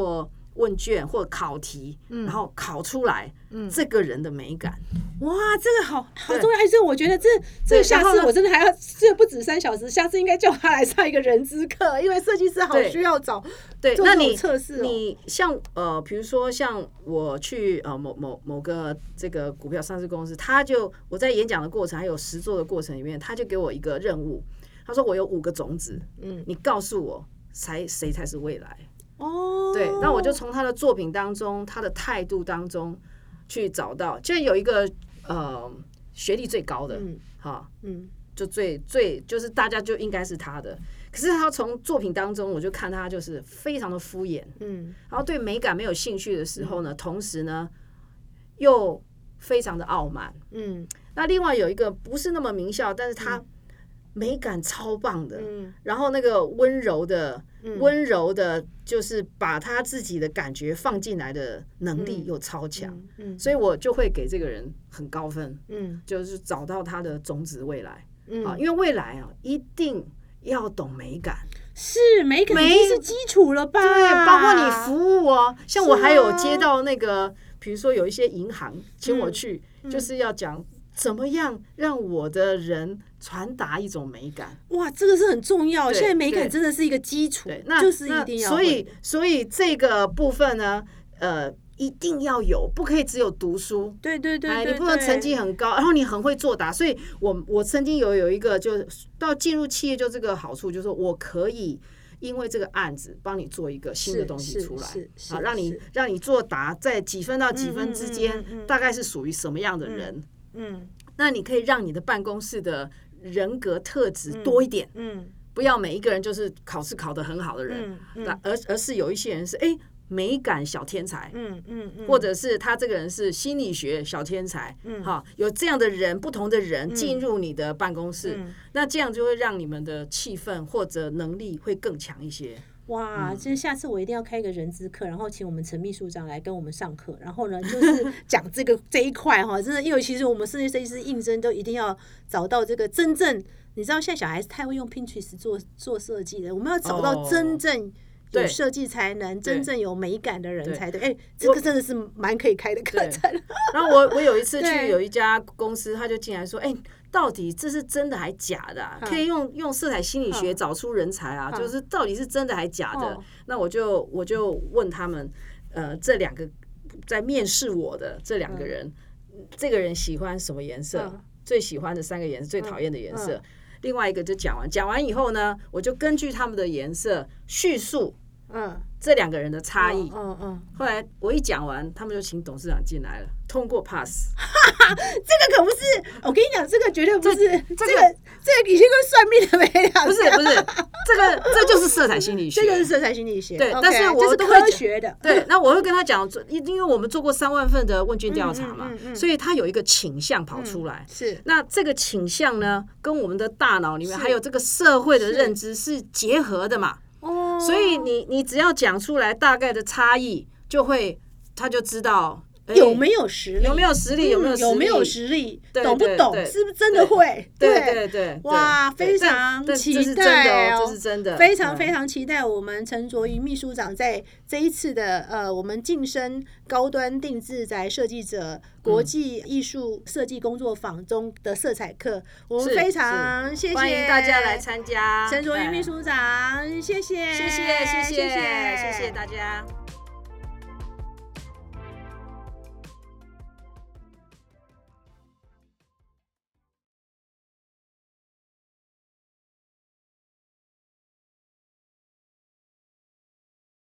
Speaker 2: 问卷或考题，嗯、然后考出来、嗯、这个人的美感。
Speaker 1: 哇，这个好好重要！哎，这我觉得这这个下次我真的还要，这不止三小时，下次应该叫他来上一个人资课，因为设计师好需要找
Speaker 2: 对
Speaker 1: 做这种测试、哦。
Speaker 2: 你像呃，比如说像我去呃某某某个这个股票上市公司，他就我在演讲的过程还有实作的过程里面，他就给我一个任务，他说我有五个种子，嗯，你告诉我才谁才是未来。哦，对，那我就从他的作品当中，他的态度当中去找到，就有一个呃学历最高的，嗯，哈，嗯，就最最就是大家就应该是他的，可是他从作品当中，我就看他就是非常的敷衍，嗯，然后对美感没有兴趣的时候呢，嗯、同时呢又非常的傲慢，嗯，那另外有一个不是那么名校，但是他美感超棒的，嗯，然后那个温柔的。温柔的，就是把他自己的感觉放进来的能力又超强，嗯嗯、所以我就会给这个人很高分，嗯，就是找到他的种子未来，嗯、啊，因为未来啊一定要懂美感，
Speaker 1: 是美感已经是基础了吧？
Speaker 2: 对，包括你服务哦，像我还有接到那个，啊、比如说有一些银行请我去，嗯、就是要讲怎么样让我的人传达一种美感。
Speaker 1: 哇，这个是很重要，现在美感真的是一个基础，那就是一定要。
Speaker 2: 所以，所以这个部分呢，呃，一定要有，不可以只有读书。
Speaker 1: 对对 对, 对,
Speaker 2: 对，你不能成绩很高，然后你很会作答。所以我我曾经有有一个，就到进入企业就这个好处，就是我可以因为这个案子帮你做一个新的东西出来，啊，让你让你作答在几分到几分之间，嗯嗯嗯嗯、大概是属于什么样的人？嗯，嗯那你可以让你的办公室的人格特质多一点，嗯，嗯不要每一个人就是考试考得很好的人，嗯嗯、而而是有一些人是哎美感小天才，嗯嗯嗯、或者是他这个人是心理学小天才，嗯，哈，有这样的人，不同的人进入你的办公室，嗯、那这样就会让你们的气氛或者能力会更强一些。
Speaker 1: 哇，就是下次我一定要开一个人资课，然后请我们陈秘书长来跟我们上课，然后呢，就是讲这个这一块哈，真的，因为其实我们室内设计师应征都一定要找到这个真正，你知道现在小孩子太会用 Pinterest 做做设计了，我们要找到真正有设计才能、真正有美感的人才对。哎，这个真的是蛮可以开的课程。
Speaker 2: 然后我我有一次去有一家公司，他就进来说，哎。到底这是真的还假的、啊？可以用用色彩心理学找出人才啊！就是到底是真的还假的？那我就我就问他们，呃，这两个在面试我的这两个人，这个人喜欢什么颜色？最喜欢的三个颜色，最讨厌的颜色。另外一个就讲完，讲完以后呢，我就根据他们的颜色叙述，嗯，这两个人的差异。嗯嗯。后来我一讲完，他们就请董事长进来了。通过 pass，
Speaker 1: 这个可不是，我跟你讲，这个绝对不是，这个这个这个已经跟算命的没两样。
Speaker 2: 不是不是，这个这就是色彩心理学，
Speaker 1: 这个是色彩心理学。
Speaker 2: 对，
Speaker 1: okay,
Speaker 2: 但是我
Speaker 1: 都会科学的。
Speaker 2: 对，那我会跟他讲，因为我们做过三万份的问卷调查嘛，嗯嗯嗯嗯、所以他有一个倾向跑出来。
Speaker 1: 嗯、是，
Speaker 2: 那这个倾向呢，跟我们的大脑里面还有这个社会的认知是结合的嘛。哦，所以你你只要讲出来大概的差异，就会他就知道。
Speaker 1: 有没有实力？
Speaker 2: 有没有实力？有没有实力？
Speaker 1: 有没有实力？懂不懂？是不是真的会？
Speaker 2: 对对对，
Speaker 1: 哇，非常期待
Speaker 2: 哦，这是真的，
Speaker 1: 非常非常期待我们陈卓瑜秘书长在这一次的呃，我们晋升高端定制宅设计者国际艺术设计工作坊中的色彩课，我们非常谢谢，
Speaker 2: 欢迎大家来参加，
Speaker 1: 陈卓瑜秘书长，谢谢，
Speaker 2: 谢谢，谢谢，谢谢大家。